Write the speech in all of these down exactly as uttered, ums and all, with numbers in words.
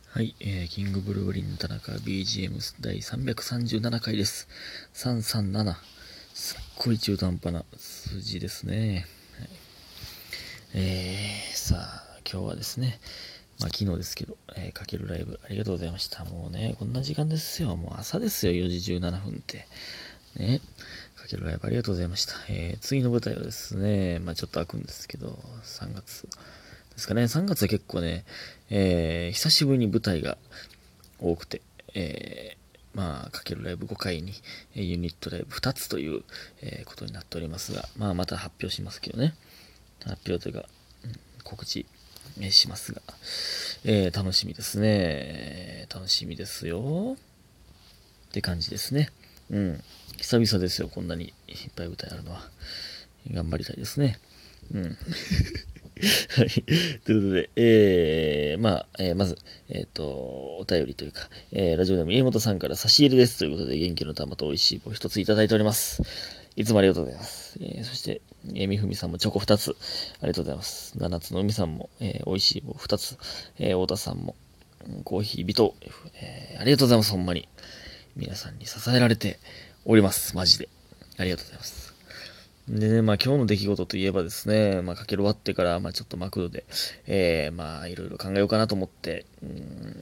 はい、えー、キングブルーリン田中 ビージーエム だいさんびゃくさんじゅうななかいです。さんさんなな。すっごい中途半端な数字ですね。はい、えー、さあ、今日はですね、まあ昨日ですけど、えー、かけるライブありがとうございました。もうね、こんな時間ですよ。もう朝ですよ、よじじゅうななふんって。ね、かけるライブありがとうございました。えー、次の舞台はですね、まあちょっと開くんですけど、さんがつですかね。さんがつは結構ね、えー、久しぶりに舞台が多くて、えー、まあ、かけるライブごかいに、ユニットライブふたつという、えー、ことになっておりますが、まあ、また発表しますけどね。発表というか、うん、告知、えーしますが、えー、楽しみですね。楽しみですよ。って感じですね。うん。久々ですよ、こんなにいっぱい舞台あるのは。頑張りたいですね。うん。はい。ということで、えー、まあ、えー、まず、えっ、ー、と、お便りというか、えー、ラジオネーム家元さんから差し入れですということで、元気の玉と美味しい棒一ついただいております。いつもありがとうございます。えー、そして、えー、みふみさんもチョコ二つ、ありがとうございます。七つの海さんも、えー、美味しい棒二つ、えー、太田さんも、コーヒー微糖、えー、ありがとうございます、ほんまに。皆さんに支えられております、マジで。ありがとうございます。でね、まあ今日の出来事といえばですね、まあかける終わってから、まあちょっとマクドで、えー、まあいろいろ考えようかなと思って、うん、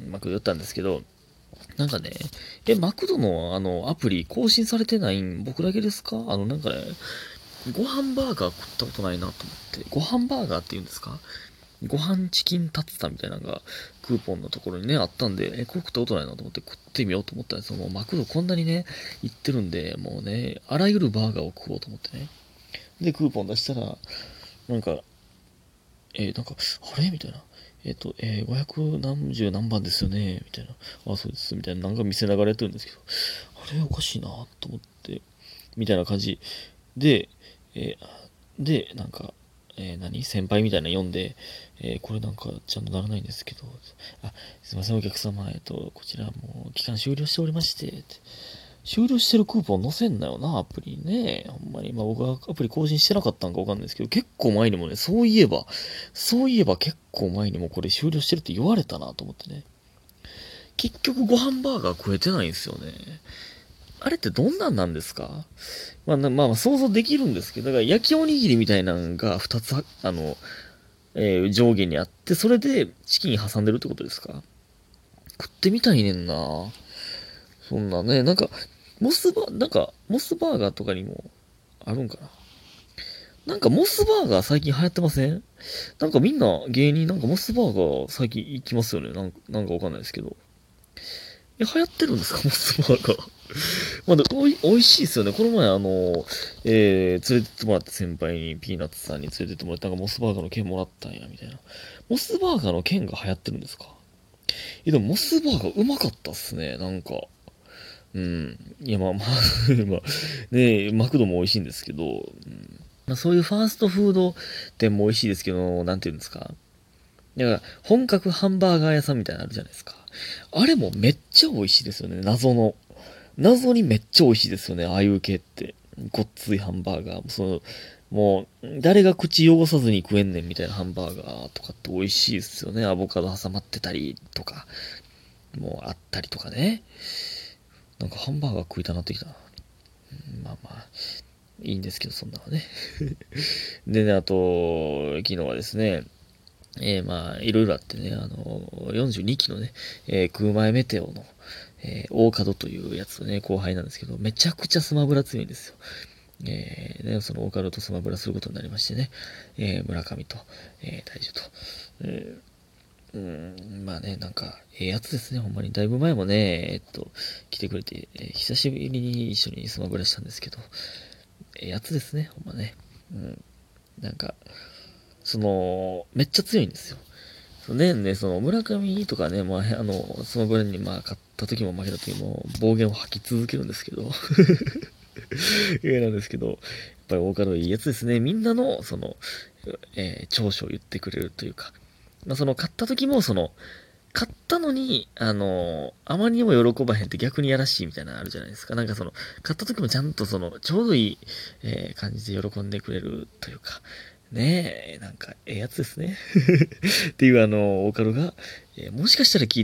マクド寄ったんですけど、なんかね、え、マクドのあのアプリ更新されてないん僕だけですか？あのなんかね、ご飯バーガー食ったことないなと思って、ご飯バーガーって言うんですか？ご飯チキンタツタみたいなのがクーポンのところにね、あったんで、え、これ食ったことないなと思って食ってみようと思ったんですよ。もうマクドこんなにね、行ってるんで、もうね、あらゆるバーガーを食おうと思ってね。で、クーポン出したら、なんか、えー、なんか、あれみたいな。えっ、ー、と、えー、ごひゃくなんじゅう何番ですよねみたいな。あ、そうです。みたいな。なんか見せながらやってるんですけど、あれおかしいなと思って、みたいな感じで、えー、で、なんか、えー、何先輩みたいなの読んで、えー、これなんかちゃんとならないんですけど、あ、すいません、お客様、えっと、こちらもう期間終了しておりまして、終了してるクーポン載せんなよな、アプリね。ほんまに。まあ僕はアプリ更新してなかったんかわかんないですけど、結構前にもね、そういえば、そういえば結構前にもこれ終了してるって言われたなと思ってね。結局ご飯バーガー食えてないんですよね。あれってどんなんなんですか？まあ、まあまあ想像できるんですけど、だから焼きおにぎりみたいなのがふたつ、あの、えー、上下にあって、それでチキン挟んでるってことですか？食ってみたいねんな。そんなね、なんか、モスバ、なんか、モスバーガーとかにもあるんかな。なんかモスバーガー最近流行ってません？なんかみんな芸人なんかモスバーガー最近行きますよね。なんか、なんかわかんないですけど。え、流行ってるんですかモスバーガー。まあ、でおい、美味しいですよね。この前あの、えー、連れてってもらった先輩に、ピーナッツさんに連れてってもらって、なんかモスバーガーの券もらったんや、みたいな。モスバーガーの券が流行ってるんですか？え、でもモスバーガーうまかったっすね。なんか。うん。いや、まあまあまあ、ねマクドも美味しいんですけど、うんまあ、そういうファーストフード店も美味しいですけど、なんていうんですか。だから、本格ハンバーガー屋さんみたいなのあるじゃないですか。あれもめっちゃ美味しいですよね。謎の。謎にめっちゃ美味しいですよね。ああいう系って。ごっついハンバーガー。その、もう、誰が口汚さずに食えんねんみたいなハンバーガーとかって美味しいですよね。アボカド挟まってたりとか、もうあったりとかね。なんかハンバーガー食いたなってきたな。まあまあ、いいんですけど、そんなのね。でね、あと、昨日はですね、えー、まあ、いろいろあってね、あの、よんじゅうにきのね、えー、空前メテオの、えー、大門というやつのね、後輩なんですけど、めちゃくちゃスマブラ強いんですよ。えー、ね、その大門とスマブラすることになりましてね、えー、村上と、えー、大樹と、えー、うん、まあね、なんか、ええやつですね、ほんまに。だいぶ前もね、えっと、来てくれて、えー久しぶりに一緒にスマブラしたんですけど、ええやつですね、ほんまね。うん。なんか、その、めっちゃ強いんですよ。そうね、ね、その村上とかね、まあ、あの、そのぐらいに、まあ、勝った時も負けた時も暴言を吐き続けるんですけど、いやなんですけど、やっぱり大門いいやつですね。みんなの、その、えー長所を言ってくれるというか、まあ、その、勝った時も、その、買ったのに、あの、あまりにも喜ばへんって逆にやらしいみたいなのあるじゃないですか。なんかその、買った時もちゃんとその、ちょうどいい、えー感じで喜んでくれるというか、ねえ、なんか、ええやつですね。っていうあの、オカルが、えーもしかしたら聞いて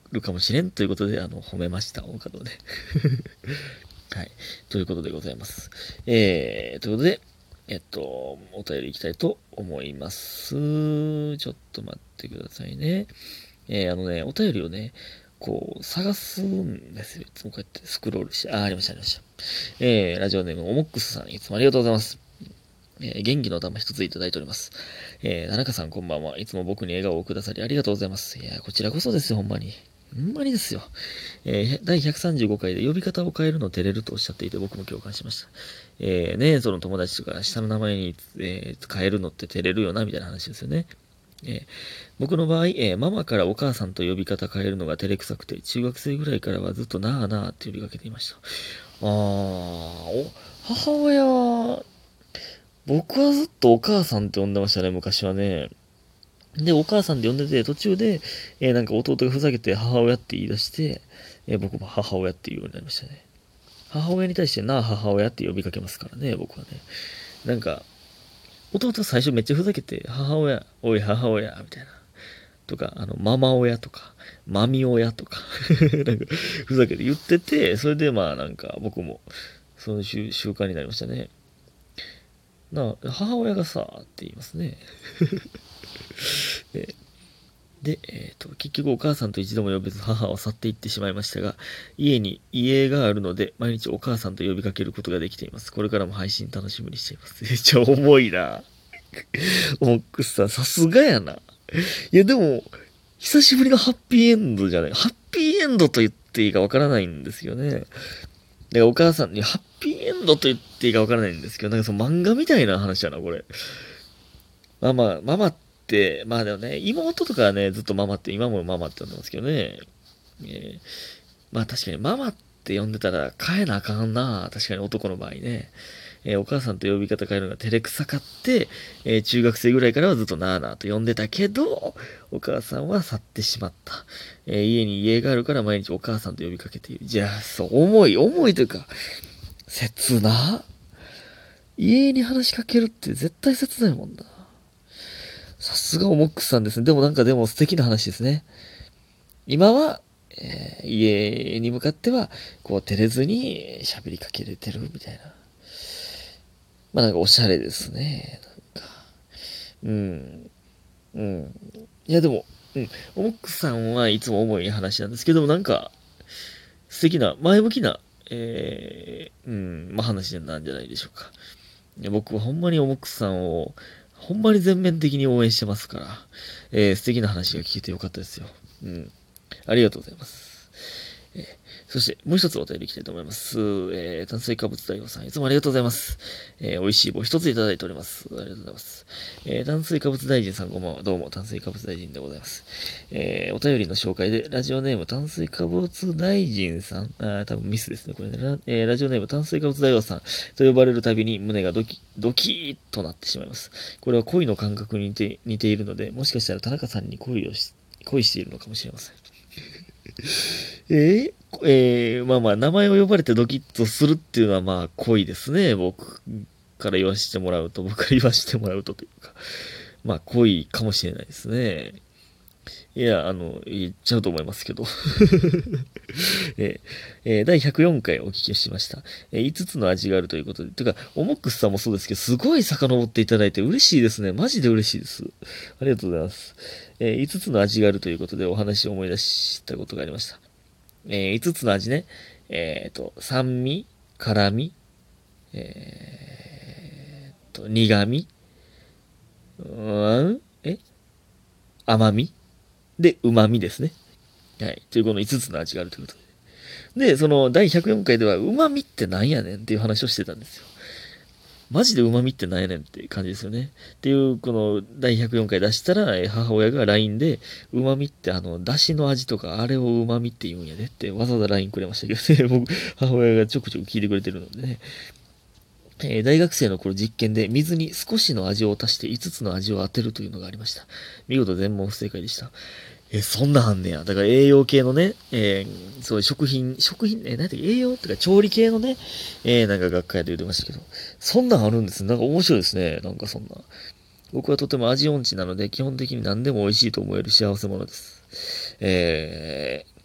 るかもしれんということで、あの、褒めました、大方ね。はい。ということでございます。えー、ということで、えっと、お便りいきたいと思います。ちょっと待ってくださいね。えー、あのね、お便りをね、こう、探すんですよ。いつもこうやってスクロールして、あ、ありました、ありました。えー、ラジオネーム、オモックスさん、いつもありがとうございます。えー、元気の玉一ついただいております。えー、田中さんこんばんは。いつも僕に笑顔をくださりありがとうございます。いや、こちらこそですよ、ほんまに。ほんまにですよ。えー、だいひゃくさんじゅうごかいで呼び方を変えるの照れるとおっしゃっていて僕も共感しました。えー、ねその友達とか下の名前に、えー、変えるのって照れるよな、みたいな話ですよね。えー、僕の場合、えー、ママからお母さんと呼び方変えるのが照れくさくて、中学生ぐらいからはずっとなあなあって呼びかけていました。あー、お、母親は、僕はずっとお母さんって呼んでましたね、昔はね。で、お母さんって呼んでて、途中で、えー、なんか弟がふざけて母親って言い出して、えー、僕も母親って言うようになりましたね。母親に対してなあ母親って呼びかけますからね、僕はね。なんか、弟最初めっちゃふざけて、母親、おい母親、みたいな。とか、あの、ママ親とか、マミ親とか、なんか、ふざけて言ってて、それでまあなんか僕も、その習習慣になりましたね。なあ、母親がさ、って言いますね。で、でえっ、ー、と、結局お母さんと一度も呼べず母は去っていってしまいましたが、家に家があるので、毎日お母さんと呼びかけることができています。これからも配信楽しみにしています。めっちゃ重いな。オックスさん、さすがやな。いや、でも、久しぶりのハッピーエンドじゃない。ハッピーエンドと言っていいかわからないんですよね。だからお母さんにハッピーエンドと言っていいかわからないんですけど、なんかその漫画みたいな話やな、これ。ママ、ママって、まあでもね、妹とかはね、ずっとママって、今もママって呼んでますけどね。えー、まあ確かにママって呼んでたら変えなあかんな。確かに男の場合ね。えー、お母さんと呼び方変えるのが照れくさかって、えー、中学生ぐらいからはずっとなあなあと呼んでたけど、お母さんは去ってしまった。えー、家に家があるから毎日お母さんと呼びかけている。じゃあ、そう、重い、重いというか、切な。家に話しかけるって絶対切ないもんな。さすがオモックスさんですね。でもなんかでも素敵な話ですね。今は、えー、家に向かっては、こう照れずに喋りかけれてるみたいな。まあなんかおしゃれですね。なんか。うん。うん。いやでも、うん。オモックスさんはいつも重い話なんですけども、なんか、素敵な、前向きな、えー、うん、まあ話なんじゃないでしょうか。いや僕はほんまにオモックスさんを、ほんまに全面的に応援してますから、えー、素敵な話が聞けてよかったですよ。うん。ありがとうございます。えーそして、もう一つお便りいきたいと思います。えー、炭水化物大王さん、いつもありがとうございます。えー、美味しい棒一ついただいております。ありがとうございます。えー、炭水化物大臣さん、こんばんは。どうも、炭水化物大臣でございます。えー、お便りの紹介で、ラジオネーム炭水化物大臣さん、あ多分ミスですね、これね。えー、ラジオネーム炭水化物大王さんと呼ばれるたびに胸がドキ、ドキーッとなってしまいます。これは恋の感覚に似て似ているので、もしかしたら田中さんに恋をし、恋しているのかもしれません。えー、えー、まあまあ、名前を呼ばれてドキッとするっていうのはまあ、恋ですね。僕から言わせてもらうと、僕から言わせてもらうとというか。まあ、恋かもしれないですね。いや、あの、言っちゃうと思いますけど。えー、だいひゃくよんかいお聞きしました。えー、いつつの味があるということで。てか、オモックスさんもそうですけど、すごい遡っていただいて嬉しいですね。マジで嬉しいです。ありがとうございます。えー、いつつの味があるということでお話を思い出したことがありました。えー、いつつの味ね。えっ、ー、と、酸味、辛味、えー、と、苦味、うーん、え甘みで、旨味ですね。はい。というこのいつつの味があるということで。で、そのだいひゃくよんかいでは、旨味ってなんやねんっていう話をしてたんですよ。マジで旨味ってなんやねんって感じですよね。っていう、このだいひゃくよんかい出したら、母親が ライン で、旨味ってあの、出汁の味とか、あれを旨味って言うんやでってわざわざ ライン くれましたけどね。僕、母親がちょくちょく聞いてくれてるのでね。えー、大学生の頃実験で水に少しの味を足していつつの味を当てるというのがありました。見事全問不正解でした。え、そんなんあんねや。だから栄養系のね、えー、そういう食品、食品、えー、なんて栄養ってか調理系のね、えー、なんか学会で言ってましたけど、そんなんあるんですね。なんか面白いですね。なんかそんな。僕はとても味音痴なので、基本的に何でも美味しいと思える幸せ者です。え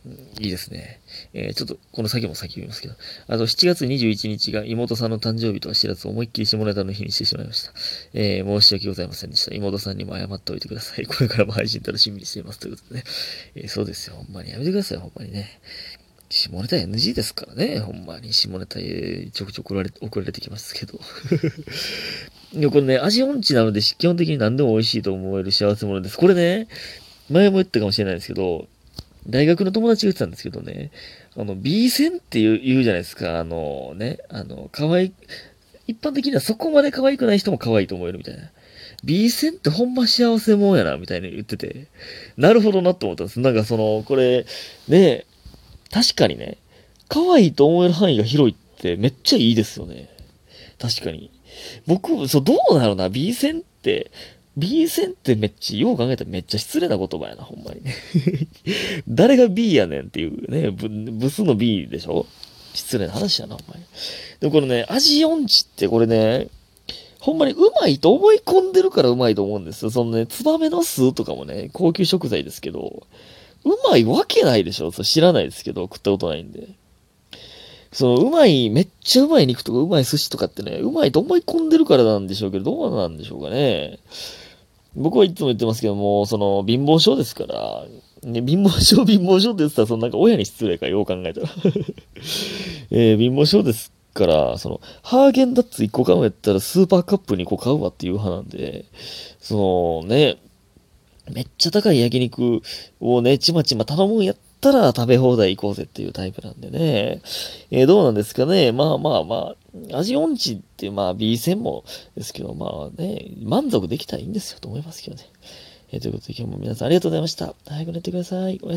いいですね。えー、ちょっと、この先も先言いますけど。あと、しちがつにじゅういちにちが妹さんの誕生日とは知らず思いっきり下ネタの日にしてしまいました。えー、申し訳ございませんでした。妹さんにも謝っておいてください。これからも配信楽しみにしています。ということでね。えー、そうですよ。ほんまにやめてください。ほんまにね。下ネタ エヌジー ですからね。ほんまに下ネタちょくちょく送られ送られてきますけど。いや、これね、味音痴なので、基本的に何でも美味しいと思える幸せ者です。これね、前も言ったかもしれないですけど、大学の友達が言ってたんですけどね、あの、B 線って言う言うじゃないですか。あのね、あの、可愛い、一般的にはそこまで可愛くない人も可愛いと思えるみたいな。B 線ってほんま幸せもんやな、みたいに言ってて、なるほどなと思ったんです。なんかその、これ、ね、確かにね、可愛いと思える範囲が広いってめっちゃいいですよね。確かに。僕、そう、どうなのな、B 線って、B 線ってめっちゃ、よう考えたらめっちゃ失礼な言葉やな、ほんまにね。誰が B やねんっていうね、ブブスの B でしょ。失礼な話やな、ほんまに。でもこれね、味音痴ってこれね、ほんまにうまいと思い込んでるからうまいと思うんですよ。そのね、ツバメの巣とかもね、高級食材ですけど、うまいわけないでしょ。そ知らないですけど、食ったことないんで。その、うまい、めっちゃうまい肉とかうまい寿司とかってね、うまいと思い込んでるからなんでしょうけど、どうなんでしょうかね。僕はいつも言ってますけども、その、貧乏症ですから、ね、貧乏症、貧乏症って言ってたら、そのなんか親に失礼かよう考えたら。えー、貧乏症ですから、その、ハーゲンダッツいっこ買うんやったらスーパーカップにこ買うわっていう派なんで、そのね、めっちゃ高い焼肉をね、ちまちま頼むんやったら食べ放題行こうぜっていうタイプなんでね。えー、どうなんですかね。まあまあまあ、味音痴ってまあ B 線もですけど、まあね、満足できたらいいんですよと思いますけどね。えー、ということで今日も皆さんありがとうございました。早く寝てください。おやすみ